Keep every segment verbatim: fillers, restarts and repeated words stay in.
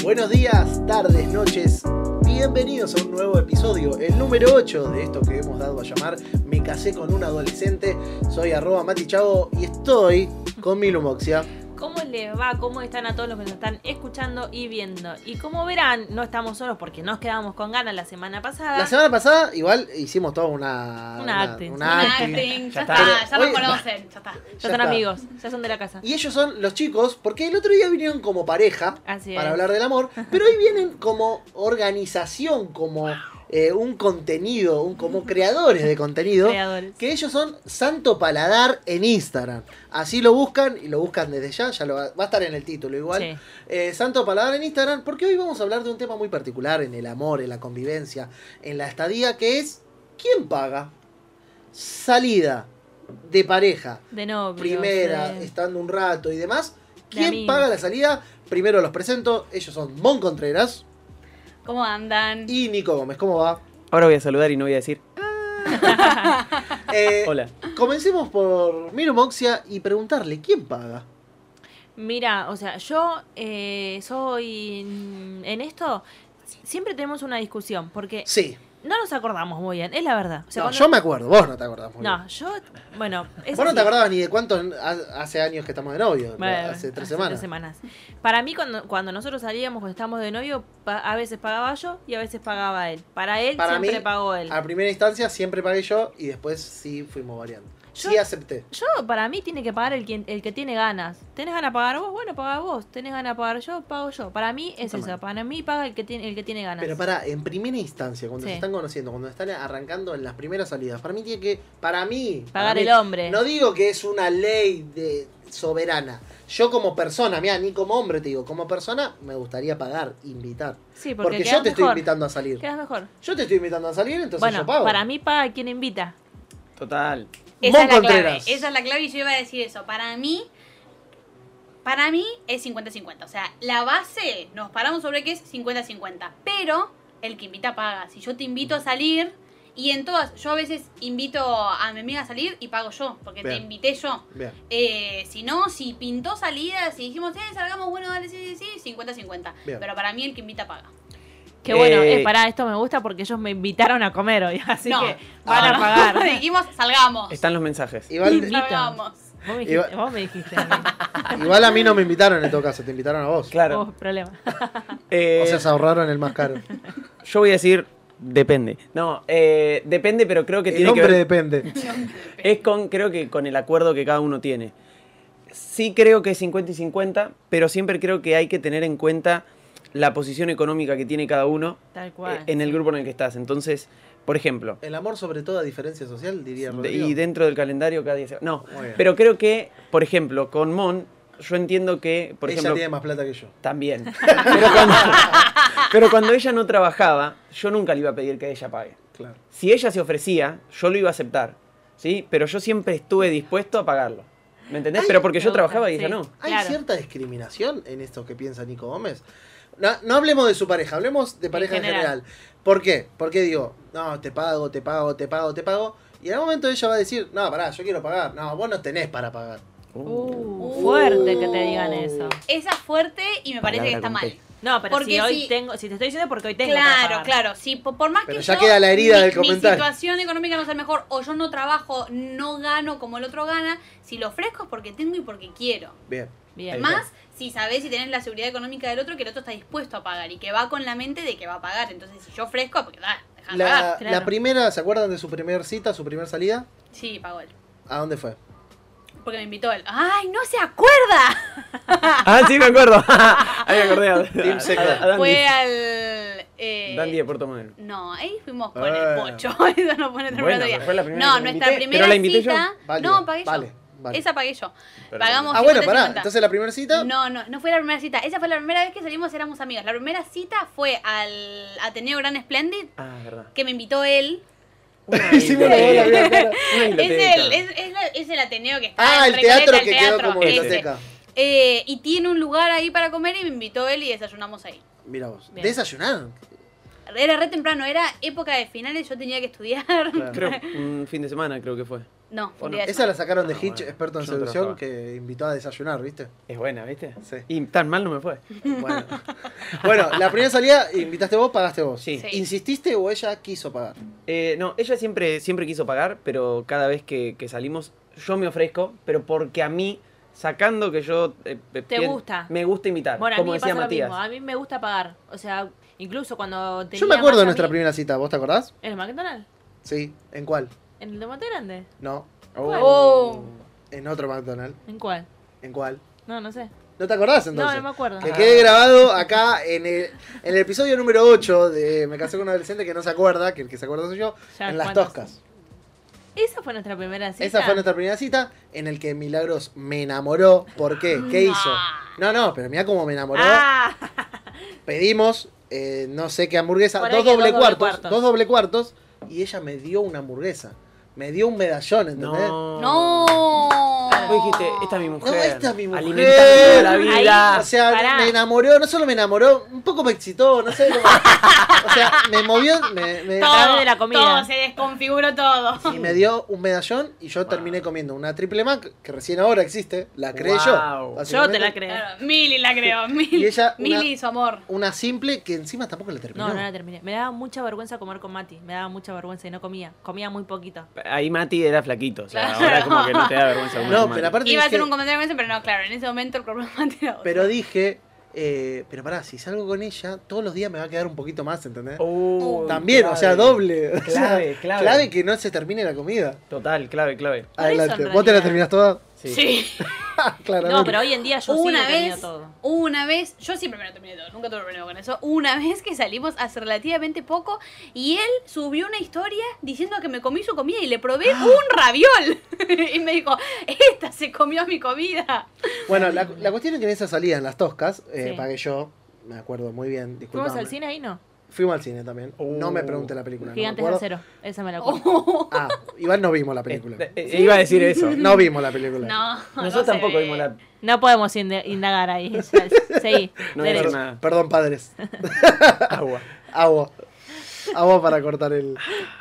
Buenos días, tardes, noches. Bienvenidos a un nuevo episodio, el número ocho de esto que hemos dado a llamar Me casé con un adolescente. Soy arroba Mati Chavo y estoy con Milu Moxia. ¿Cómo les va? ¿Cómo están a todos los que nos están escuchando y viendo? Y como verán, no estamos solos porque nos quedamos con ganas la semana pasada. La semana pasada igual hicimos toda una... Una una acting. Una Una acting. acting, ya, Ya está, está. ya nos Oye, conocen, ya está. Ya, Ya son está. amigos, ya son de la casa. Y ellos son los chicos, porque el otro día vinieron como pareja Así para es. hablar del amor, pero hoy vienen como organización, como eh, un contenido, un, como creadores de contenido. Creadores. Que ellos son Santo Paladar en Instagram. Así lo buscan y lo buscan desde ya, ya lo va, va a estar en el título igual. Sí. Eh, Santo Paladar en Instagram, porque hoy vamos a hablar de un tema muy particular en el amor, en la convivencia, en la estadía, que es ¿quién paga? Salida de pareja, De novio. primera, sí. estando un rato y demás. De ¿Quién amigos. paga la salida? Primero los presento, ellos son Mon Contreras ¿Cómo andan? y Nico Gómez. ¿Cómo va? Ahora voy a saludar y no voy a decir Eh, hola. Comencemos por Miro Moxia y preguntarle, ¿quién paga? Mira, o sea, yo eh, soy... mm, En esto siempre tenemos una discusión porque Sí. no nos acordamos muy bien, es la verdad. O sea, No, cuando- yo me acuerdo, vos no te acordás muy bien. No, yo... Bueno, es Vos no así. te acordabas ni de cuánto ha- hace años que estamos de novio, Bueno, hace tres semanas. semanas. Para mí, cuando, cuando nosotros salíamos, cuando estábamos de novio, pa- a veces pagaba yo y a veces pagaba él. Para él Para siempre mí, pagó él. A primera instancia siempre pagué yo y después sí fuimos variando. Yo- Sí acepté. Yo, para mí, tiene que pagar el, quien, el que tiene ganas. ¿Tenés ganas de pagar vos? Bueno, paga vos. ¿Tenés ganas de pagar yo? Pago yo. Para mí es Está eso. mal. Para mí paga el que tiene, el que tiene ganas. Pero para, en primera instancia, cuando Sí. se están conociendo, cuando están arrancando en las primeras salidas, para mí tiene que, para mí, para Pagar mí, el hombre. No digo que es una ley de soberana. Yo como persona, mira, ni como hombre te digo, como persona me gustaría pagar, invitar. Sí, porque, Porque, yo quedás te estoy mejor. invitando a salir. Quedas mejor. Yo te estoy invitando a salir, entonces Bueno, yo pago. para mí paga quien invita. Total. Esa Mon es la clave, Contreras. esa es la clave y yo iba a decir eso. Para mí, para mí es cincuenta cincuenta. O sea, la base, nos paramos sobre que es cincuenta cincuenta. Pero el que invita paga. Si yo te invito a salir, y en todas, yo a veces invito a mi amiga a salir y pago yo, porque Bien. te invité yo. Bien. Eh, si no, si pintó salidas y dijimos, eh, salgamos, bueno, dale, sí, sí, sí, cincuenta cincuenta. Bien. Pero para mí el que invita paga. Que bueno, Eh, eh, para esto me gusta porque ellos me invitaron a comer hoy. Así No. que van Ah. a pagar. Dijimos, salgamos. Están los mensajes. Igual, Invita. Salgamos. Vos me dijiste. Igual- Vos me dijiste a mí. igual a mí no me invitaron en todo caso, te invitaron a vos. Claro. Vos, problema. Eh, O sea, se ahorraron el más caro. yo voy a decir depende. No, eh, depende, pero creo que El tiene que hombre ver. depende. Es con, creo que con el acuerdo que cada uno tiene. Sí creo que es cincuenta y cincuenta, pero siempre creo que hay que tener en cuenta la posición económica que tiene cada uno Tal cual. eh, en el grupo en el que estás. Entonces, por ejemplo, El amor sobre toda diferencia social, diría de- Rodrigo. y dentro del calendario cada día se... No, Muy bien. pero creo que, por ejemplo, con Mon, yo entiendo que, por Ella ejemplo... tiene más plata que yo. También. Pero cuando, pero cuando ella no trabajaba, yo nunca le iba a pedir que ella pague. Claro. Si ella se ofrecía, yo lo iba a aceptar. ¿Sí? Pero yo siempre estuve dispuesto a pagarlo. ¿Me entendés? Ay, Pero porque yo me gusta, trabajaba y ella sí. no. ¿Hay Claro. cierta discriminación en esto que piensa Nico Gómez? No, no hablemos de su pareja, hablemos de pareja en general. general. ¿Por qué? Porque digo, no, te pago, te pago, te pago, te pago. Y en algún momento ella va a decir, no, pará, yo quiero pagar. No, vos no tenés para pagar. Uh, fuerte que te digan eso. Esa es fuerte y me parece Palabra que está con mal. P. No, pero Porque si hoy si- tengo, si te estoy diciendo porque hoy tengo para Claro, pagar. claro. Sí, por, por más Pero que ya yo, queda la herida mi, del comentario. mi situación económica no sea mejor o yo no trabajo, no gano como el otro gana, si lo ofrezco es porque tengo y porque quiero. Bien. Bien. Más si sabés y tenés la seguridad económica del otro que el otro está dispuesto a pagar y que va con la mente de que va a pagar. Entonces, si yo ofrezco, porque da, dejan La, pagar. claro. la primera, ¿se acuerdan de su primer cita, su primer salida? Sí, pagó él. ¿A dónde fue? Porque me invitó él. ¡Ay, no se acuerda! Ah, sí, me acuerdo. Ahí me acordé. A, Team Seco. a- a Dandy. Fue al... Eh, Dandy de Puerto Madero. No, ahí fuimos con Ah. el pocho. Eso no pone Bueno, todavía. pero fue la primera No, que me nuestra invité, primera pero la invité yo. cita. Válido, No, pagué yo. vale, vale. Esa pagué yo. Pero- Pagamos Ah, bueno, cincuenta pará. cincuenta. Entonces la primera cita. No, no, no fue la primera cita. Esa fue la primera vez que salimos, éramos amigas. La primera cita fue al Ateneo Gran Splendid, Ah, verdad. que me invitó él. Sí, me acordé la vida cara. Una Es biblioteca. el, es, es la- es el Ateneo que está Ah, en el Recoleta, teatro el que quedó teatro, como ese. biblioteca. Eh, y tiene un lugar ahí para comer y me invitó él y desayunamos ahí. Mira vos. Bien. ¿Desayunaron? Era re temprano, era época de finales, yo tenía que estudiar. Claro. Creo, un fin de semana creo que fue. No, ¿O un no? día de Esa la semana. sacaron de Ah, Hitch, bueno. experto en Yo no seducción, trabajaba. que invitó a desayunar, ¿viste? Es buena, ¿viste? Sí. Y tan mal no me fue. Bueno. Bueno, la primera salida invitaste vos, pagaste vos. Sí. Sí. ¿Insististe o ella quiso pagar? Eh, no, ella siempre, siempre quiso pagar, pero cada vez que, que salimos yo me ofrezco, pero porque a mí, sacando que yo... eh, eh, ¿Te pien- gusta? Me gusta imitar, Bueno, a como mí me decía pasa Matías. lo mismo. A mí me gusta pagar. O sea, incluso cuando tenía Yo me acuerdo de más nuestra ami- primera cita, ¿vos te acordás? ¿En el McDonald's? Sí. ¿En cuál? ¿En el de Monte Grande? No. Oh. En otro McDonald's. ¿En cuál? ¿En cuál? No, no sé. ¿No te acordás entonces? No, no me acuerdo. Que Ah. quede grabado acá en el, en el episodio número ocho de Me casé con un adolescente que no se acuerda, que el que se acuerda soy yo, Ya, en Las ¿cuántos? Toscas. Esa fue nuestra primera cita. Esa fue nuestra primera cita en el que Milagros me enamoró. ¿Por qué? ¿Qué hizo? No, no, pero mira cómo me enamoró. Ah, Pedimos, eh, no sé qué hamburguesa, Por ahí dos que doble dos doble cuartos, cuartos. dos doble cuartos, y ella me dio una hamburguesa. Me dio un medallón, ¿entendés? No. No. Vos dijiste, esta es mi mujer. No, esta es mi mujer. Alimentame toda la vida. Ahí. O sea, Pará. me enamoró, no solo me enamoró, un poco me excitó, no sé cómo. O sea, me movió, me, me- Todo. través de la comida. Todo, se desconfiguró todo. y me dio un medallón y yo terminé comiendo una triple Mac, que recién ahora existe, la creé Wow. yo. yo básicamente. te la creo. Claro, Mili la creo. Mili, Y ella, una- Mili y su amor. Una simple que encima tampoco la terminó. No, no la terminé. Me daba mucha vergüenza comer con Mati. Me daba mucha vergüenza y no comía. Comía muy poquito. Ahí Mati era flaquito, o sea, Claro. ahora como que no te da vergüenza. comer No, con pero Mati. aparte Iba a dije, hacer un comentario con eso, pero no, claro, en ese momento el problema era otro. pero dije, eh, pero pará, si salgo con ella, todos los días me va a quedar un poquito más, ¿entendés? Oh, También, clave. o sea, doble. O sea, Clave, clave. Clave que no se termine la comida. Total, clave, clave. Por Adelante. eso, en ¿Vos te la realidad. terminás toda? Sí. Sí. Claramente. No, pero hoy en día yo sí Una lo termino vez, todo. una vez, yo siempre me lo terminé todo, nunca tuve problema con eso. Una vez que salimos hace relativamente poco y él subió una historia diciendo que me comí su comida y le probé Ah. un raviol. Y me dijo, esta se comió mi comida. Bueno, la, la cuestión es que en esa salida, en Las Toscas, eh, Sí. pagué yo, me acuerdo muy bien, disculpame. ¿Fuimos al cine ahí? No. Fuimos al cine también. Uh. No me pregunté la película. no me Gigantes de acuerdo. acero. Esa me la acuerdo. Oh, Ah, igual no vimos la película. Eh, eh, Iba a decir eso. No vimos la película. no. Nosotros no se tampoco ve. vimos la. No podemos inde- indagar ahí. Ya, seguí. No voy a Derecho. hacer nada. Perdón, padres. Agua. Agua. Agua para cortar el.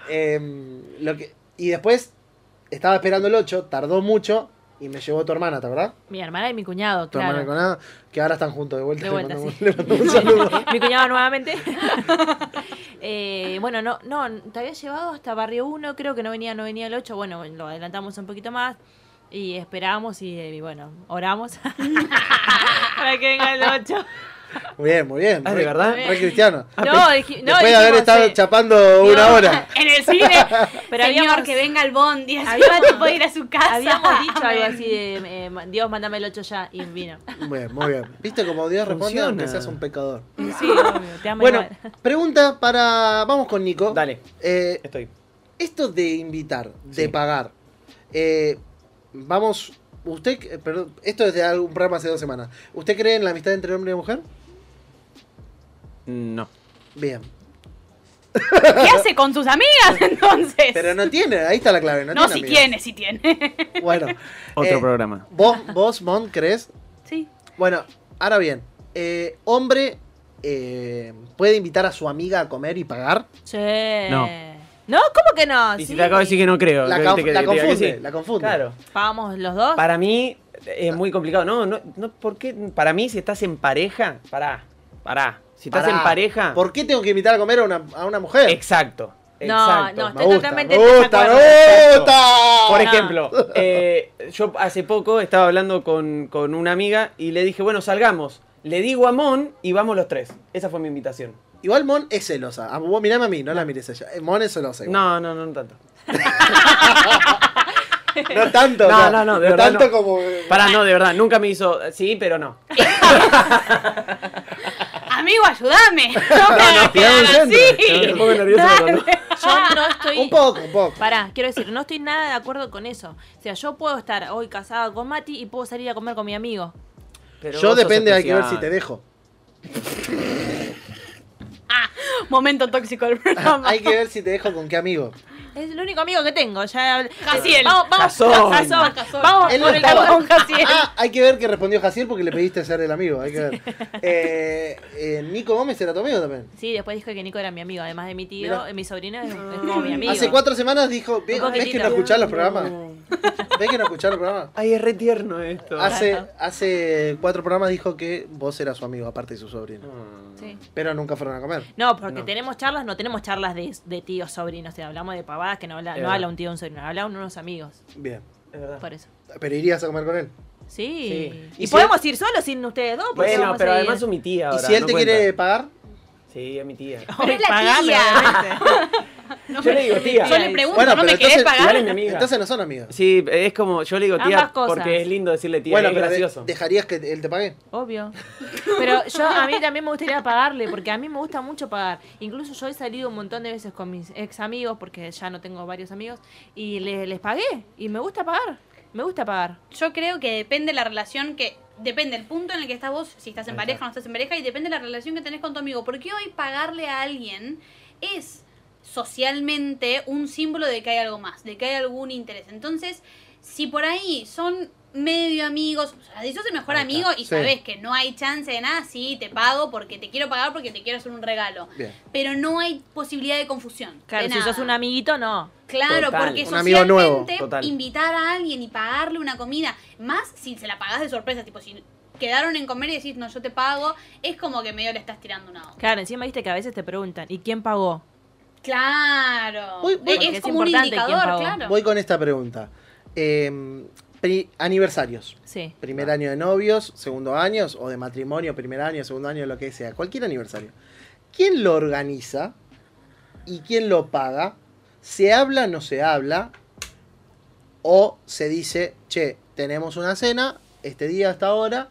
Em, lo que, y después estaba esperando el ocho, tardó mucho y me llevó tu hermana, ¿te acordás? Mi hermana y mi cuñado, Tu claro. hermana con nada, que ahora están juntos de vuelta. De vuelta, le mandamos, sí. le mandamos un saludo. Mi cuñado nuevamente. Eh, bueno, no, no, te había llevado hasta Barrio uno, creo que no venía, no venía el ocho. Bueno, lo adelantamos un poquito más y esperamos y, y bueno, oramos para que venga el ocho. Muy bien, muy bien. Ah, ¿de Re- verdad? Re cristiano. Ah, No, dij- no, Después de haber dijimos, estado eh, chapando una no. hora. En el cine, Pero señor, habíamos- que venga el bondi, así habíamos- Mati puede ir a su casa. habíamos dicho algo así de eh, Dios, mándame el ocho ya y vino. Muy bien, muy bien. ¿Viste cómo Dios responde Funciona. aunque seas un pecador? Sí, obvio, te amo Bueno, igual. pregunta para. Vamos con Nico. Dale, Eh, estoy. esto de invitar, de Sí. pagar. eh, vamos. Usted. eh, Perdón, esto es de algún programa hace dos semanas. ¿Usted cree en la amistad entre hombre y mujer? No. Bien. ¿Qué hace con sus amigas entonces? Pero no tiene, ahí está la clave. No, No, tiene sí amigas. tiene, sí tiene. Bueno. Otro eh, programa. ¿Vos, vos, Mon, crees? Sí. Bueno, ahora bien. eh, hombre eh, puede invitar a su amiga a comer y pagar. Sí. No. ¿No? ¿Cómo que no? Y si Sí. te acabo de decir que no creo. La ¿viste conf- que- la que te diga que confunde, sí? la confunde. Claro. Vamos los dos. Para mí es muy complicado. No, no, no, ¿por qué? Para mí, si estás en pareja, pará, pará. Si estás Pará, en pareja. ¿Por qué tengo que invitar a comer a una, a una mujer? Exacto. No, Exacto. no, Me estoy gusta, totalmente me en gusta, desacuerdo. me gusta. Por No. ejemplo, eh, yo hace poco estaba hablando con, con una amiga y le dije, bueno, salgamos. Le digo a Mon y vamos los tres. Esa fue mi invitación. Igual Mon es celosa. Ah, vos mirame a mí, no la mires a ella. Eh, Mon es celosa. igual. No, no, no, no tanto. No tanto. No, o sea, no, no, de verdad tanto no. como. Pará, no, de verdad, nunca me hizo. Sí, pero no. Amigo, ayúdame. No me hagas tirame un quedar centro. así. Me pongo nervioso cuando- Yo no estoy. Un poco, un poco. Pará, quiero decir, no estoy nada de acuerdo con eso. O sea, yo puedo estar hoy casada con Mati y puedo salir a comer con mi amigo. Pero Yo vos sos depende, hay que ver si especial. te dejo. Momento tóxico del programa. Hay que ver si te dejo con qué amigo. Es el único amigo que tengo. Ya, Jaciel. Vamos, vamos. Jasón. Jasón. Jasón. Vamos Él no por el estaba. con Jaciel. Ah, hay que ver que respondió Jaciel porque le pediste ser el amigo. Hay que ver. Eh, eh, Nico Gómez era tu amigo también. Sí, después dijo que Nico era mi amigo. Además de mi tío, Mirá. eh, mi sobrino es, es como mi amigo. Hace cuatro semanas dijo: ¿Ves, Un ¿ves que no poquitito. escuchás los programas? ¿Ves que no escuchás los programas? Ay, es re tierno esto. Hace, Claro. hace cuatro programas dijo que vos eras su amigo, aparte de su sobrino. Mm. Sí. Pero nunca fueron a comer. No, porque No. tenemos charlas, no tenemos charlas de, de tíos, sobrinos. O sea, hablamos de pavadas que no habla, Es no verdad. habla un tío o un sobrino, habla unos amigos. Bien. Es verdad. Por eso. Pero irías a comer con él. Sí. Sí. Y, ¿Y si podemos ir solos sin ustedes dos. porque Bueno, vamos pero a ir- además son mi tía ahora. ¿Y si él no te cuenta. quiere pagar? Sí, es mi tía. Pero es la Pagame, tía. obviamente. No Yo me- le digo, tía. Yo le pregunto, Bueno, ¿no pero me querés entonces- pagar? Igual es mi amiga. Entonces no son amigos. Sí, es como, yo le digo tía Ambas cosas. porque es lindo decirle tía, Bueno, es pero de- gracioso. ¿dejarías que él te pague? Obvio. Pero yo a mí también me gustaría pagarle, porque a mí me gusta mucho pagar. Incluso yo he salido un montón de veces con mis ex amigos, porque ya no tengo varios amigos, y le- les pagué. Y me gusta pagar. Me gusta pagar. Yo creo que depende la relación que... Depende el punto en el que estás vos, si estás en Ahí pareja está. o no estás en pareja, y depende la relación que tenés con tu amigo. Porque hoy pagarle a alguien es socialmente un símbolo de que hay algo más, de que hay algún interés. Entonces, si por ahí son medio amigos, o sea, si sos el mejor Ahí está. amigo y Sí. sabés que no hay chance de nada, sí, te pago porque te quiero pagar porque te quiero hacer un regalo. Bien. Pero no hay posibilidad de confusión. Claro, de si nada. sos un amiguito, no. Claro, Total. porque Un amigo nuevo, socialmente total. invitar a alguien y pagarle una comida, más si se la pagás de sorpresa, tipo si quedaron en comer y decís, no, yo te pago, es como que medio le estás tirando una onda. Claro, encima viste que a veces te preguntan, ¿y quién pagó? Claro. Voy- Es- voy- es, Porque es como un importante quién indicador, pagó. claro. Voy con esta pregunta. Eh, pri- aniversarios. Sí. Primer año de novios, segundo año, o de matrimonio, primer año, segundo año, lo que sea. Cualquier aniversario. ¿Quién lo organiza y quién lo paga? ¿Se habla, no se habla? ¿O se dice, che, tenemos una cena, este día, hasta ahora,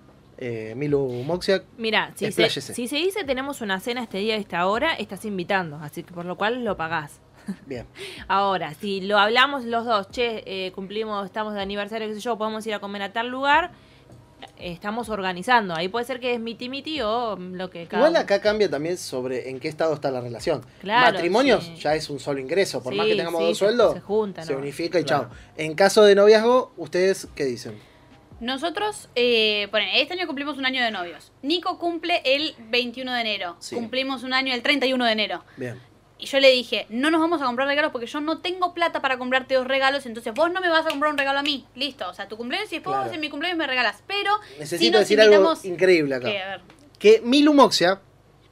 eh, Milu Moxiak, Mira, si se, Expláyese. si se dice tenemos una cena este día y esta hora, estás invitando, así que por lo cual lo pagás. bien. Ahora, si lo hablamos los dos, che, eh, cumplimos, estamos de aniversario, qué sé yo, podemos ir a comer a tal lugar, eh, estamos organizando. Ahí puede ser que es miti miti o lo que cada Igual uno- acá cambia también sobre en qué estado está la relación. Claro, Matrimonios sí. ya es un solo ingreso, por Sí, más que tengamos sí, dos se- sueldos, se juntan, se ¿no? unifica y Claro. chao. En caso de noviazgo, ¿ustedes qué dicen? Nosotros, eh, ponen, este año cumplimos un año de novios. Nico cumple el veintiuno de enero. Sí. Cumplimos un año el treinta y uno de enero. Bien. Y yo le dije, no nos vamos a comprar regalos porque yo no tengo plata para comprarte dos regalos, entonces vos no me vas a comprar un regalo a mí. Listo, o sea, tu cumpleaños y después Claro. vos en mi cumpleaños me regalas. Pero Necesito si nos decir invitamos... algo increíble acá. ¿Qué? A ver. Que Milu Moxia,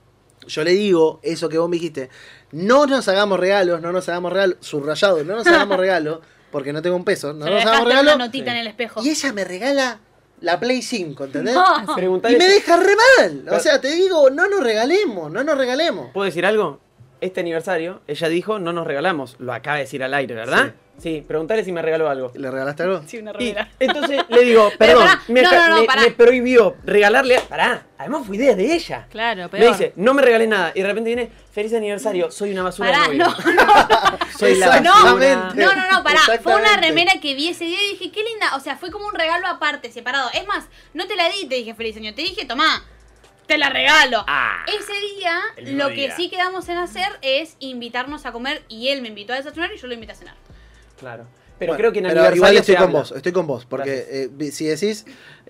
yo le digo eso que vos me dijiste, no nos hagamos regalos, no nos hagamos regalos, subrayado, no nos hagamos regalos, porque no tengo un peso, no Se nos le hagamos dejaste regalos. una notita Sí. en el espejo. Y ella me regala la Play cinco, ¿entendés? No. Preguntale Y me si- deja re mal. O sea, te digo, no nos regalemos, no nos regalemos. ¿Puedo decir algo? Este aniversario, ella dijo, no nos regalamos. Lo acaba de decir al aire, ¿verdad? Sí, preguntale si me regaló algo. ¿Le regalaste algo? Sí, una Y remera. entonces le digo, Pero perdón, pará, me, no, ca- no, no, me- pará. me prohibió regalarle. Pará, además fue idea de ella. Claro, Me peor. dice, no me regalé nada. Y de repente viene, feliz aniversario, soy una basura. de Pará, novio". no, Soy la Exactamente. No, no, no, pará. Fue una Exactamente. remera que vi ese día y dije, qué linda. O sea, fue como un regalo aparte, separado. Es más, no te la di, te dije feliz año. Te dije, tomá, te la regalo. Ah. Ese día, El mismo lo que día. sí quedamos en hacer es invitarnos a comer. Y él me invitó a desayunar y yo lo invité a cenar. Claro. Pero Bueno, creo que en pero aniversario igual estoy se con habla. vos, estoy con vos, porque Gracias. eh, vi- si decís,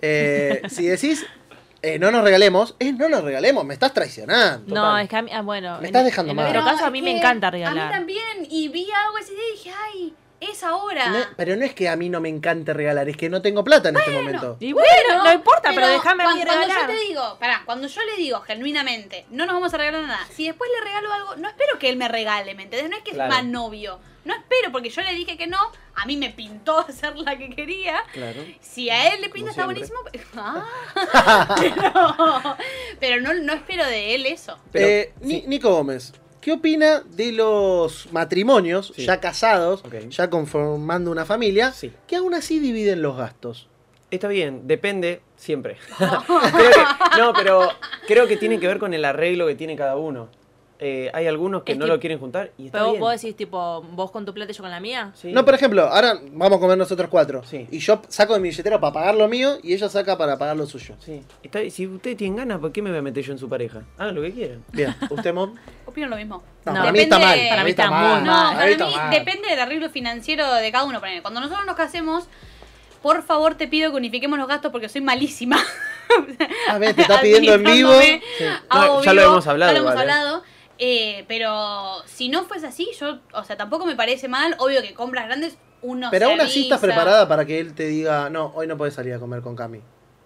eh, si decís, eh, no nos regalemos, es no nos regalemos, me estás traicionando. No, Total. es que a mí, ah, bueno. Me en- estás dejando en mal. nuestro Pero caso a es mí me que encanta A regalar. mí también. Y vi algo ese día y dije, ay, es ahora. No- pero no es que a mí no me encante regalar, es que no tengo plata en este momento. Y bueno, no importa, pero, déjame a mí cuando, cuando regalar. yo te digo, pará, cuando yo le digo genuinamente, no nos vamos a regalar nada, si después le regalo algo, no espero que él me regale, ¿me entendés? No es que Claro. es mal novio. No espero, porque yo le dije que no, a mí me pintó hacer la que quería. Claro. Si a él le pinta Como está siempre. buenísimo. Ah, pero pero no, no espero de él eso. Pero, Eh, sí. Ni- Nico Gómez, ¿qué opina de los matrimonios Sí. ya casados, Ok. ya conformando una familia, Sí. que aún así dividen los gastos? Está bien, depende siempre. Creo que- no, pero creo que tiene que ver con el arreglo que tiene cada uno. eh, hay algunos que Es no tip- lo quieren juntar y está Pero vos, bien. vos decís, tipo, vos con tu plata y yo con la mía. Sí. No, por ejemplo, ahora vamos a comer nosotros cuatro. Sí. Y yo saco de mi billetera para pagar lo mío y ella saca para pagar lo suyo. Sí. Está, si ustedes tienen ganas, ¿por qué me voy a meter yo en su pareja? Hagan lo que quieran. Bien, ¿usted, Mom? Opino lo mismo. No, No, para mí está depende- mal. para mí está mal. muy No, mal. para está mí mal. depende del arreglo financiero de cada uno. Ponele. Cuando nosotros nos casemos, por favor te pido que unifiquemos los gastos porque soy malísima. A ver, te está pidiendo en vivo. Administrándome, Sí. hago No, ya lo vivo, hemos hablado Ya lo hemos igual, ¿eh? hablado. Eh, pero si no fuese así, yo, o sea, tampoco me parece mal. Obvio que compras grandes, uno Pero se aún así estás avisa. preparada para que él te diga, no, hoy no puedes salir a comer con Cami.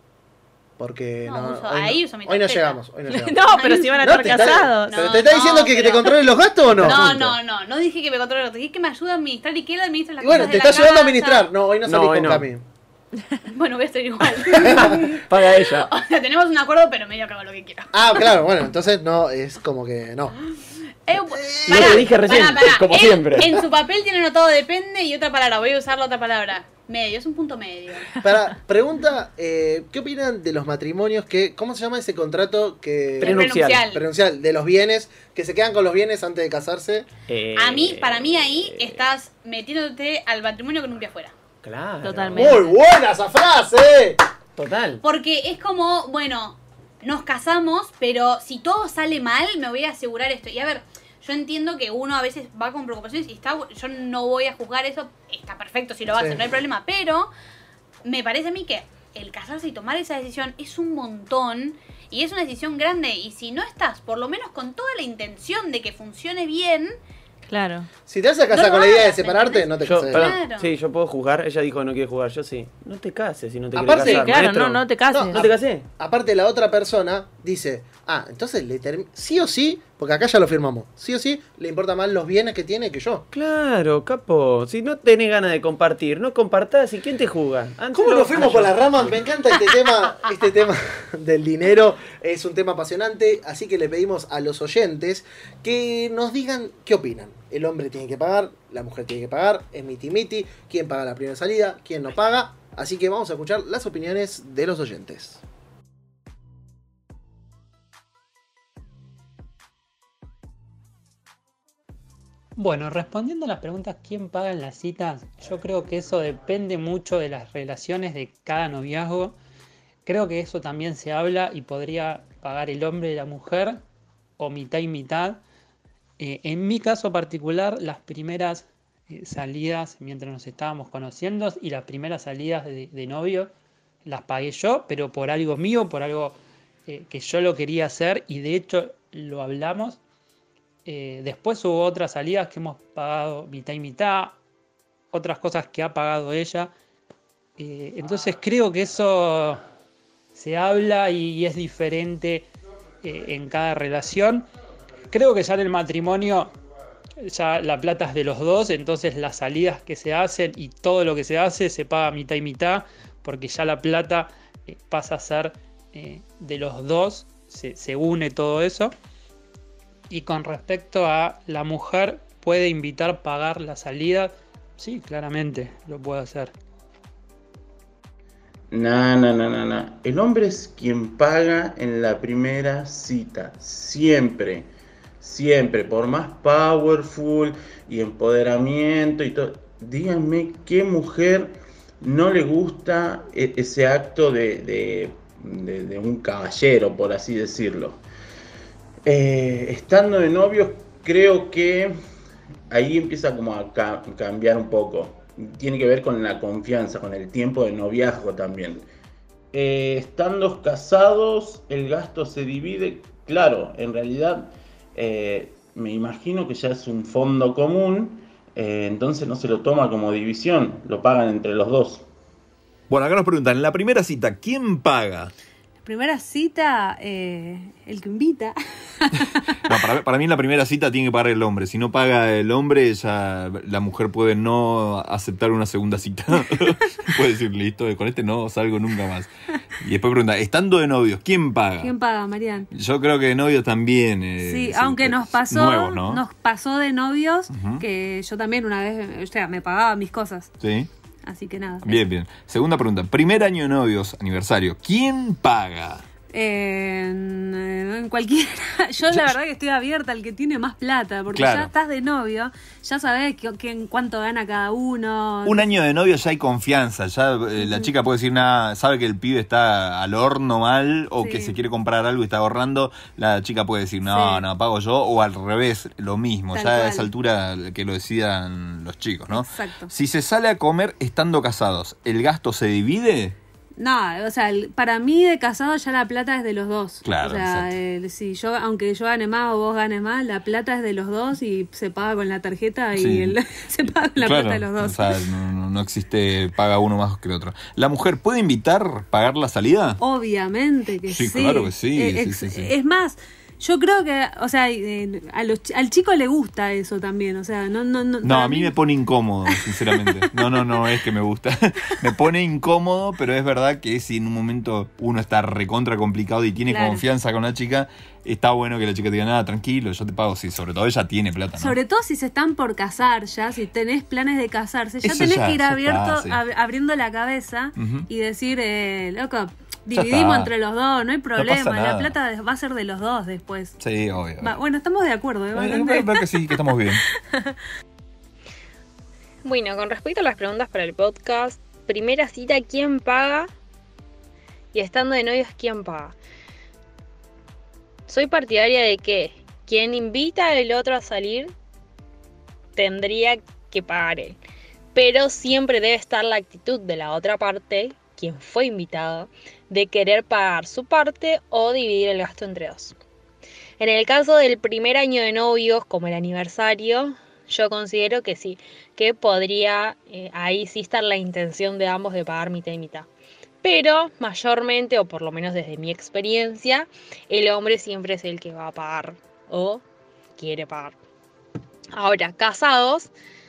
Porque No, no, uso- hoy, ahí no, uso mi hoy no tarjeta. llegamos. Hoy no llegamos. No, pero si van a No, estar te está- casados. ¿Pero No, te está no, diciendo que pero- te controle los gastos o no? No, Punto. no, no, no dije que me controle los gastos, dije que me ayuda a administrar y que él administra las Y bueno, cosas te de la está ayudando a casa. administrar. No, hoy no No, salís hoy con no. Cami. Bueno, voy a estar igual. Paga ella. O sea, tenemos un acuerdo, pero medio que hago lo que quiero. Ah, claro, bueno, entonces no, es como que no. Eh, Lo pará, que dije recién, pará, pará. como Él, siempre. En su papel tiene anotado depende y otra palabra. Voy a usar la otra palabra. Medio, es un punto medio. Para, pregunta, eh, ¿qué opinan de los matrimonios que, ¿cómo se llama ese contrato que... Prenupcial. Prenupcial. Prenupcial, de los bienes, que se quedan con los bienes antes de casarse? Eh, A mí, para mí ahí estás metiéndote al matrimonio con un pie afuera. Claro. Totalmente. Muy buena esa frase. Total. Porque es como, bueno, nos casamos, pero si todo sale mal, me voy a asegurar esto. Y a ver, yo entiendo que uno a veces va con preocupaciones y está, yo no voy a juzgar eso, está perfecto si lo va a Sí. hacer, no hay problema, pero me parece a mí que el casarse y tomar esa decisión es un montón y es una decisión grande y si no estás por lo menos con toda la intención de que funcione bien, Claro. Si te vas a casar No lo con la idea de hagas, separarte, ¿entendés? no te Yo, cases. perdón, Claro. sí, yo puedo jugar. Ella dijo que no quiere jugar. Yo sí. No te cases si no te Aparte, quieres Sí, casar. claro, maestro. no, no te cases. No, ¿No te casé? Aparte, la otra persona dice, ah, entonces le term- sí o sí, porque acá ya lo firmamos, sí o sí, le importa más los bienes que tiene que yo. Claro, capo. Si no tenés ganas de compartir, no compartás. ¿Y quién te juega? Antes ¿Cómo lo- nos fuimos por las ramas? Me encanta este tema, este tema del dinero, es un tema apasionante, así que le pedimos a los oyentes que nos digan qué opinan. El hombre tiene que pagar, la mujer tiene que pagar, es miti miti, quién paga la primera salida, quién no paga, así que vamos a escuchar las opiniones de los oyentes. Bueno, respondiendo a las preguntas ¿quién paga en las citas? Yo creo que eso depende mucho de las relaciones de cada noviazgo. Creo que eso también se habla y podría pagar el hombre y la mujer o mitad y mitad. Eh, en mi caso particular, las primeras eh, salidas mientras nos estábamos conociendo y las primeras salidas de, de novio las pagué yo, pero por algo mío, por algo eh, que yo lo quería hacer y de hecho lo hablamos. Eh, después hubo otras salidas que hemos pagado mitad y mitad, otras cosas que ha pagado ella. Eh, entonces creo que eso se habla y, y es diferente eh, en cada relación. Creo que ya en el matrimonio ya la plata es de los dos, entonces las salidas que se hacen y todo lo que se hace se paga mitad y mitad, porque ya la plata eh, pasa a ser eh, de los dos, se, se une todo eso. Y con respecto a la mujer, ¿puede invitar a pagar la salida? Sí, claramente lo puede hacer. No, no, no, no, no. El hombre es quien paga en la primera cita. Siempre. Siempre. Por más powerful y empoderamiento y todo. Díganme qué mujer no le gusta e- ese acto de, de, de, de un caballero, por así decirlo. Eh, estando de novios, creo que ahí empieza como a ca- cambiar un poco. Tiene que ver con la confianza, con el tiempo de noviazgo también. Eh, estando casados, el gasto se divide. Claro, en realidad eh, me imagino que ya es un fondo común, eh, entonces no se lo toma como división, lo pagan entre los dos. Bueno, acá nos preguntan, en la primera cita, ¿quién paga? Primera cita, eh, el que invita. No, para, para mí en la primera cita tiene que pagar el hombre. Si no paga el hombre, ya la mujer puede no aceptar una segunda cita. Puede decir, listo, con este no salgo nunca más. Y después pregunta, estando de novios, ¿quién paga? ¿Quién paga, Marian? Yo creo que de novios también. Eh, Sí, es- aunque es nos pasó, nuevo, ¿no? nos pasó de novios Ujú. que yo también una vez, o sea, me pagaba mis cosas. Sí, Así que nada. bien, bien. Segunda pregunta, primer año de novios, aniversario, ¿quién paga? Eh, en, en cualquiera. Yo la verdad que estoy abierta al que tiene más plata, porque Claro. ya estás de novio, ya sabés que, que en cuánto gana cada uno. Un año de novio ya hay confianza, ya eh, la chica puede decir nada, sabe que el pibe está al horno mal o Sí. que se quiere comprar algo y está ahorrando, la chica puede decir no, Sí. no, pago yo, o al revés, lo mismo, Tal ya a cual. esa altura que lo decidan los chicos, ¿no? Exacto. Si se sale a comer estando casados, ¿el gasto se divide? No, o sea, el- para mí de casado ya la plata es de los dos. Claro, O sea, exacto. el- si yo, aunque yo gane más o vos ganes más, la plata es de los dos y se paga con la tarjeta Sí. y el- se paga con la Claro, plata de los dos. o sea, no, no- no existe paga uno más que el otro. ¿La mujer puede invitar, pagar la salida? Obviamente que sí. Sí, claro que sí, Eh, sí, ex- sí, sí. Es más, yo creo que, o sea, eh, a los, chi- al chico le gusta eso también. O sea, no, no, no. No, para a mí me pone incómodo, sinceramente. No, no, no, es que me gusta. Me pone incómodo, pero es verdad que si en un momento uno está recontra complicado y tiene Claro. confianza con la chica, está bueno que la chica te diga, nada, tranquilo, yo te pago. Sí, sobre todo ella tiene plata, ¿no? Sobre todo si se están por casar ya, si tenés planes de casarse, ya Eso tenés ya, que ir ya abierto, está, sí. ab- abriendo la cabeza Ujú. y decir, eh, loco, Ya dividimos está. entre los dos, no hay problema, pasa la nada. plata va a ser de los dos después. Sí, obvio. Va, obvio. bueno, estamos de acuerdo, ¿eh? Eh, Bastante. Creo que sí, que estamos bien. Bueno, con respecto a las preguntas para el podcast, primera cita, ¿quién paga? Y estando de novios, ¿quién paga? Soy partidaria de que quien invita al otro a salir tendría que pagar él. Pero siempre debe estar la actitud de la otra parte, quien fue invitado, de querer pagar su parte o dividir el gasto entre dos. En el caso del primer año de novios, como el aniversario, yo considero que sí, que podría eh, ahí sí estar la intención de ambos de pagar mitad y mitad. Pero mayormente, o por lo menos desde mi experiencia, el hombre siempre es el que va a pagar o quiere pagar. Ahora, casados,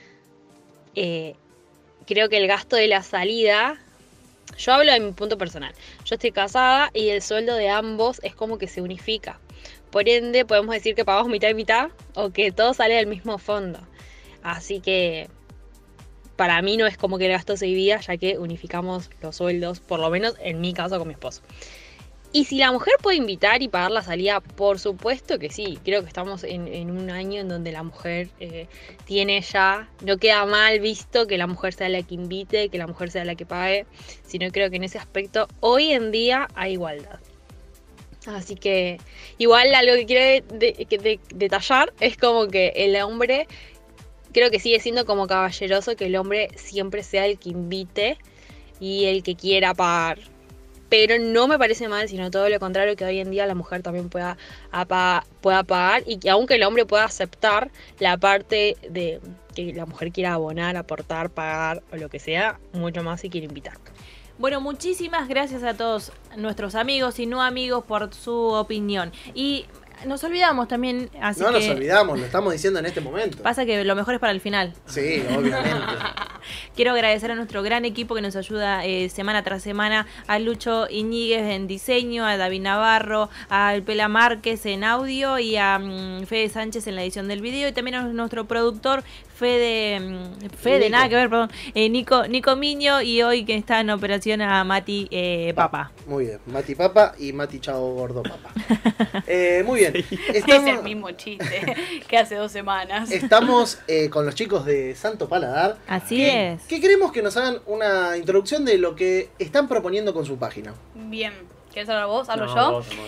eh, creo que el gasto de la salida, yo hablo de mi punto personal, yo estoy casada y el sueldo de ambos es como que se unifica. Por ende, podemos decir que pagamos mitad y mitad o que todo sale del mismo fondo. Así que para mí no es como que el gasto se divida, ya que unificamos los sueldos, por lo menos en mi caso con mi esposo. Y si la mujer puede invitar y pagar la salida, por supuesto que sí. Creo que estamos en, en un año en donde la mujer eh, tiene ya, no queda mal visto que la mujer sea la que invite, que la mujer sea la que pague, sino creo que en ese aspecto hoy en día hay igualdad. Así que igual algo que quiero de, de, de, detallar es como que el hombre creo que sigue siendo como caballeroso que el hombre siempre sea el que invite y el que quiera pagar. Pero no me parece mal, sino todo lo contrario, que hoy en día la mujer también pueda, apa, pueda pagar y que aunque el hombre pueda aceptar la parte de que la mujer quiera abonar, aportar, pagar o lo que sea, mucho más si quiere invitar. Bueno, muchísimas gracias a todos nuestros amigos y no amigos por su opinión. Y nos olvidamos también, así no que... nos olvidamos, lo estamos diciendo en este momento. Pasa que lo mejor es para el final. Sí, obviamente. Quiero agradecer a nuestro gran equipo que nos ayuda eh, semana tras semana, a Lucho Iñiguez en diseño, a David Navarro, a Pela Márquez en audio y a um, Fede Sánchez en la edición del video, y también a nuestro productor Fede, um, Fede, Nico. nada que ver, perdón, eh, Nico, Nico Miño, y hoy que está en operación a Mati eh, Papa. Muy bien, Mati Papa y Mati Chao Gordo Papa. Eh, muy bien. Es Estamos, el mismo chiste que hace dos semanas. estamos eh, con los chicos de Santo Paladar. Así que, es. que queremos que nos hagan una introducción de lo que están proponiendo con su página. Bien, ¿quieres hablar vos? ¿Hablo No, yo? vos, amor.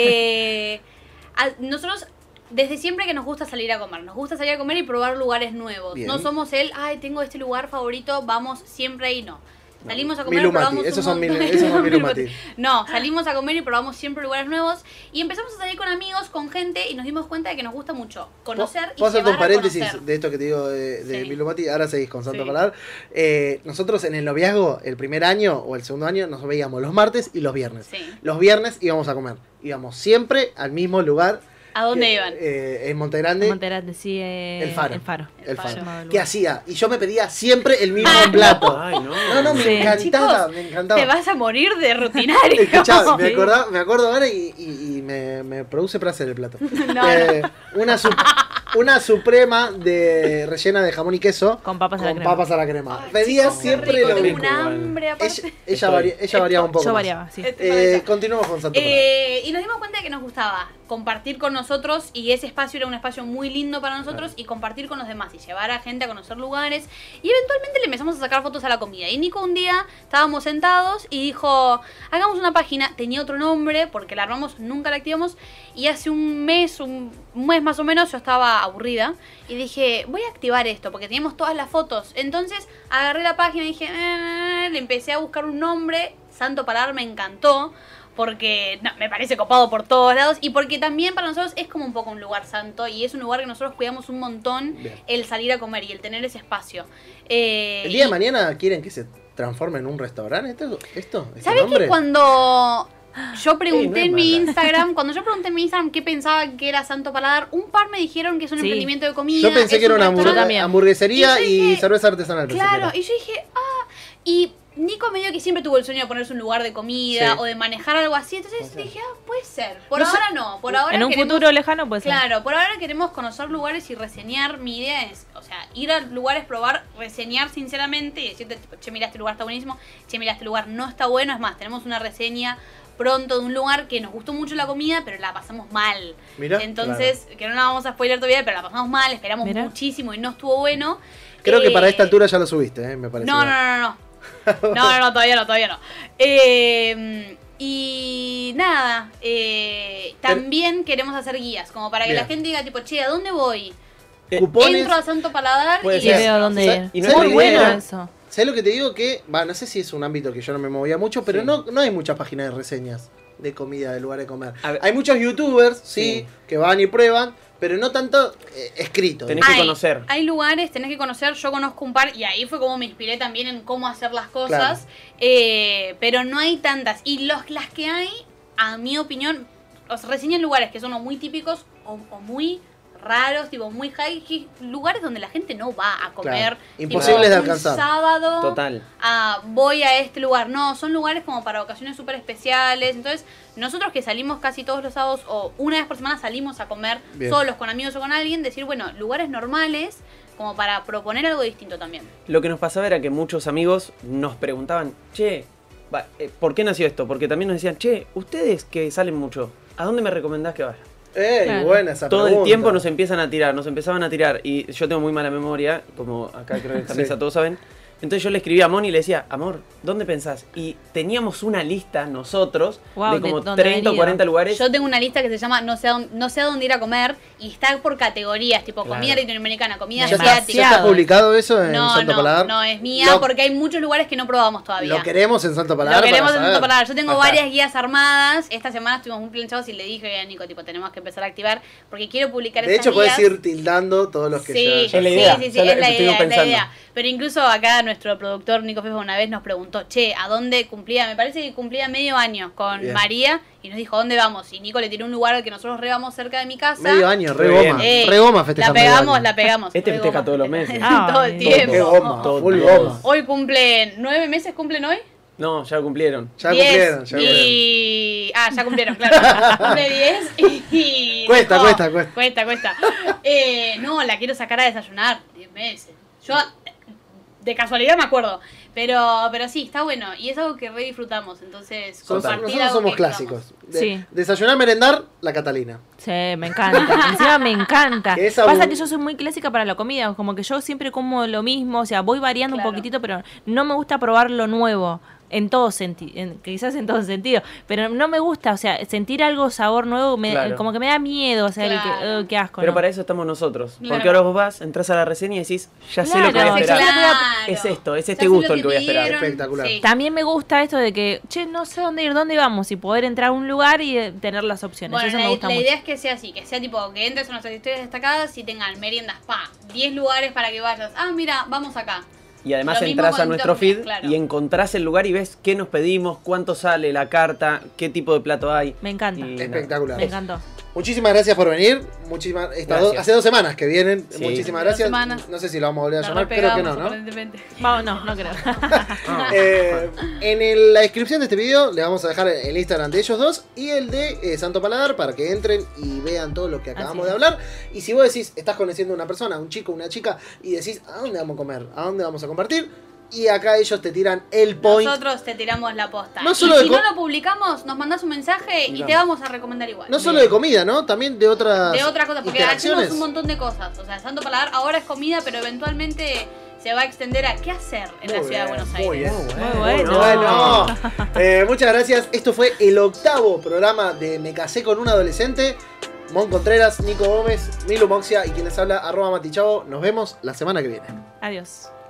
Eh, a- nosotros, desde siempre que nos gusta salir a comer, nos gusta salir a comer y probar lugares nuevos. Bien. No somos el, ay, tengo este lugar favorito, vamos siempre ahí, no. Salimos a comer y Milumati, probamos esos un son, montón- mil, esos son Milumati. No, salimos a comer y probamos siempre lugares nuevos y empezamos a salir con amigos, con gente y nos dimos cuenta de que nos gusta mucho conocer y ¿Puedo hacerte un llevar a paréntesis conocer. de esto que te digo de, de Sí. Milumati? Ahora seguís con Santo Sí. Paladar. Eh, nosotros en el noviazgo, el primer año o el segundo año, nos veíamos los martes y los viernes. Sí. Los viernes íbamos a comer. Íbamos siempre al mismo lugar. ¿A dónde que, iban? eh, en Montegrande. Monterrey, sí, eh, El Faro. El Faro. El Faro. Faro. ¿Qué hacía? Y yo me pedía siempre el mismo Ah, plato. Ay, no. No, no, me Sí. encantaba, Chicos, me encantaba. Te vas a morir de rutinario. Escuchá, me, Sí. acordaba- me acuerdo ahora y, y- y me, me produce placer el plato. No, Eh, una, sup- una suprema de rellena de jamón y queso Con papas a la con crema. papas a la crema. Ay, Pedía chicos, qué siempre rico, lo tengo mismo. un hambre aparte. Ella, ella, varia- ella variaba un poco Yo más. variaba, sí. Estoy para Eh, esa. continuamos con Santo Paladar. Eh, y nos dimos cuenta de que nos gustaba compartir con nosotros y ese espacio era un espacio muy lindo para nosotros y compartir con los demás y llevar a gente a conocer lugares y eventualmente le empezamos a sacar fotos a la comida. Y Nico un día estábamos sentados y dijo, hagamos una página, tenía otro nombre porque la armamos, nunca la activamos y hace un mes, un mes más o menos yo estaba aburrida y dije, voy a activar esto porque teníamos todas las fotos. Entonces agarré la página y dije, eh, le empecé a buscar un nombre, Santo Paladar me encantó. Porque no, me parece copado por todos lados y porque también para nosotros es como un poco un lugar santo y es un lugar que nosotros cuidamos un montón. Bien. El salir a comer y el tener ese espacio. Eh, ¿El día de y- mañana quieren que se transforme en un restaurante esto? ¿Esto? ¿Ese ¿Sabés nombre? que cuando yo pregunté Ey, no es en mi mala. Instagram, cuando yo pregunté en mi Instagram qué pensaba que era Santo Paladar, un par me dijeron que es un Sí. emprendimiento de comida. Yo pensé es que era un una restaurante. hamburg- también. hamburguesería Y yo y, dije, cerveza artesanal. pensé que Claro, era. y yo dije, ah, y Nico medio que siempre tuvo el sueño de ponerse un lugar de comida Sí. o de manejar algo así, entonces dije, ah, puede ser. Por No sé. ahora no, por ahora En un queremos- futuro lejano, pues. Claro, por ahora queremos conocer lugares y reseñar. Mi idea es, o sea, ir a lugares, probar, reseñar sinceramente y decirte, tipo, che, mira, este lugar está buenísimo, che, mira, este lugar no está bueno. Es más, tenemos una reseña pronto de un lugar que nos gustó mucho la comida, pero la pasamos mal. Mirá, Entonces, que no la vamos a spoiler todavía, pero la pasamos mal, esperamos Mirá. muchísimo y no estuvo bueno. Creo que Eh, para esta altura ya lo subiste, ¿eh? Me parece. no, no, no, no. No, no, no, todavía no, todavía no. Eh, y nada, eh, también queremos hacer guías, como para que Bien. la gente diga, tipo, che, ¿a dónde voy? Cupones. Entro a Santo Paladar Puede y Y ser. veo dónde ¿Sabes? ir. Y no Muy es la bueno idea. eso. ¿Sabes lo que te digo? Que, va, no sé si es un ámbito que yo no me movía mucho, pero Sí. no, no hay muchas páginas de reseñas de comida, de lugares de comer. A ver. Hay muchos youtubers, sí, Sí. que van y prueban, pero no tanto eh, escrito. Tenés que hay, conocer. Hay lugares, tenés que conocer, yo conozco un par y ahí fue como me inspiré también en cómo hacer las cosas, eh, pero no hay tantas. Y los, las que hay, a mi opinión, os reseñan lugares que son o muy típicos o, o muy raros, tipo muy high, lugares donde la gente no va a comer. Claro, imposibles de un alcanzar. sábado. Total. Ah, voy a este lugar. No, son lugares como para ocasiones súper especiales. Entonces, nosotros que salimos casi todos los sábados o una vez por semana salimos a comer Bien. solos, con amigos o con alguien, decir, bueno, lugares normales como para proponer algo distinto también. Lo que nos pasaba era que muchos amigos nos preguntaban, che, va, eh, ¿por qué nació esto? Porque también nos decían, che, ustedes que salen mucho, ¿a dónde me recomendás que vaya? ¡Ey, Claro. buena esa Todo pregunta! el tiempo nos empiezan a tirar, nos empezaban a tirar. Y yo tengo muy mala memoria, como acá creo que en esta Sí. mesa todos saben. Entonces yo le escribí a Moni y le decía, amor, ¿dónde pensás? Y teníamos una lista nosotros Wow, de como de dónde treinta o haber ido. cuarenta lugares. Yo tengo una lista que se llama No sé a dónde, no sé a dónde ir a comer y está por categorías, tipo Claro. comida latinoamericana, comida ¿Ya está, asiática. ya está publicado eso en No, Santo no, Paladar? no, es mía Lo- porque hay muchos lugares que no probamos todavía. Lo queremos en Santo Paladar. Lo queremos para en Santo saber. Paladar. Yo tengo Basta. varias guías armadas. Esta semana estuvimos muy planchados y le dije a Nico, tipo, tenemos que empezar a activar porque quiero publicar De esas hecho, puedes guías. ir tildando todos los que Sí, ya- ya- Es la idea, sí, sí, sí, ya lo- es la estuvimos idea, es la pensando. idea. Pero incluso acá nuestro productor Nico Fefa una vez nos preguntó, che, ¿a dónde cumplía? Me parece que cumplía medio año con Bien. María y nos dijo, ¿dónde vamos? Y Nico le tiró un lugar al que nosotros re vamos cerca de mi casa. Medio año, re Muy bien. goma. Ey, Re goma La festejando medio pegamos, año. la pegamos. Este re festeja goma. todos los meses. Todo el Ay, tiempo. Qué goma, Todo. full goma. Hoy cumplen, ¿nueve meses cumplen hoy? No, ya cumplieron. Ya diez cumplieron, ya cumplieron. y... Ah, ya cumplieron, claro. Cumple diez y... Cuesta, no, cuesta, cuesta. Cuesta, cuesta. Eh, no, la quiero sacar a desayunar. diez meses. Yo, de casualidad me acuerdo. Pero, pero sí, está bueno. Y es algo que re disfrutamos. Entonces, Sos- compartir nosotros algo somos que clásicos. De- Sí. Desayunar, merendar, la Catalina. Sí, me encanta. Encima me encanta. Que es Pasa abur- que yo soy muy clásica para la comida. Como que yo siempre como lo mismo. O sea, voy variando Claro. un poquitito, pero no me gusta probar lo nuevo. En todo sentido, quizás en todo sentido, pero no me gusta, o sea, sentir algo sabor nuevo, me, Claro. como que me da miedo, o sea, el Claro. que, oh, qué asco. Pero ¿no? para eso estamos nosotros. Claro. Porque ahora vos vas, entras a la reseña y decís, ya sé lo que voy a Claro, esperar. ya sé lo que voy a- Claro. Es esto, es Ya este sé gusto lo el que voy a esperar. pidieron, Espectacular. sí. También me gusta esto de que, che, no sé dónde ir, dónde vamos, y poder entrar a un lugar y eh, tener las opciones. Bueno, Eso la, me gusta la mucho. idea es que sea así, que sea tipo que entres a nuestras historias destacadas y tengan meriendas, pa, diez lugares para que vayas. Ah, mira, vamos acá. Y además Lo mismo entras a con nuestro internet, feed claro. y encontrás el lugar y ves qué nos pedimos, cuánto sale la carta, qué tipo de plato hay. Me encanta. Y Espectacular. Me encantó. Muchísimas gracias por venir. Muchísimas, estas Gracias. do- hace dos semanas que vienen. Sí. Muchísimas Dos gracias. semanas. No sé si lo vamos a volver a La llamar, creo que no, repegamos, ¿no? aparentemente. Vamos, no, no creo. Eh, en el- la descripción de este video le vamos a dejar el Instagram de ellos dos y el de eh, Santo Paladar para que entren y vean todo lo que acabamos Así de es. hablar. Y si vos decís, estás conociendo a una persona, un chico, una chica, y decís, ¿a dónde vamos a comer? ¿A dónde vamos a compartir? Y acá ellos te tiran el point. Nosotros te tiramos la posta. No y solo de si co- no lo publicamos, nos mandás un mensaje y Claro. te vamos a recomendar igual. No solo de comida, ¿no? También de otras De otra cosa, porque interacciones. hacemos un montón de cosas. O sea, Santo Paladar ahora es comida, pero eventualmente se va a extender a qué hacer en la Muy ciudad bien, de Buenos muy Aires. bien. Muy bueno. Bueno, eh, muchas gracias. Esto fue el octavo programa de Me Casé con un Adolescente. Mon Contreras, Nico Gómez, Milu Moxia y quien les habla, arroba Matichavo. Nos vemos la semana que viene. Adiós.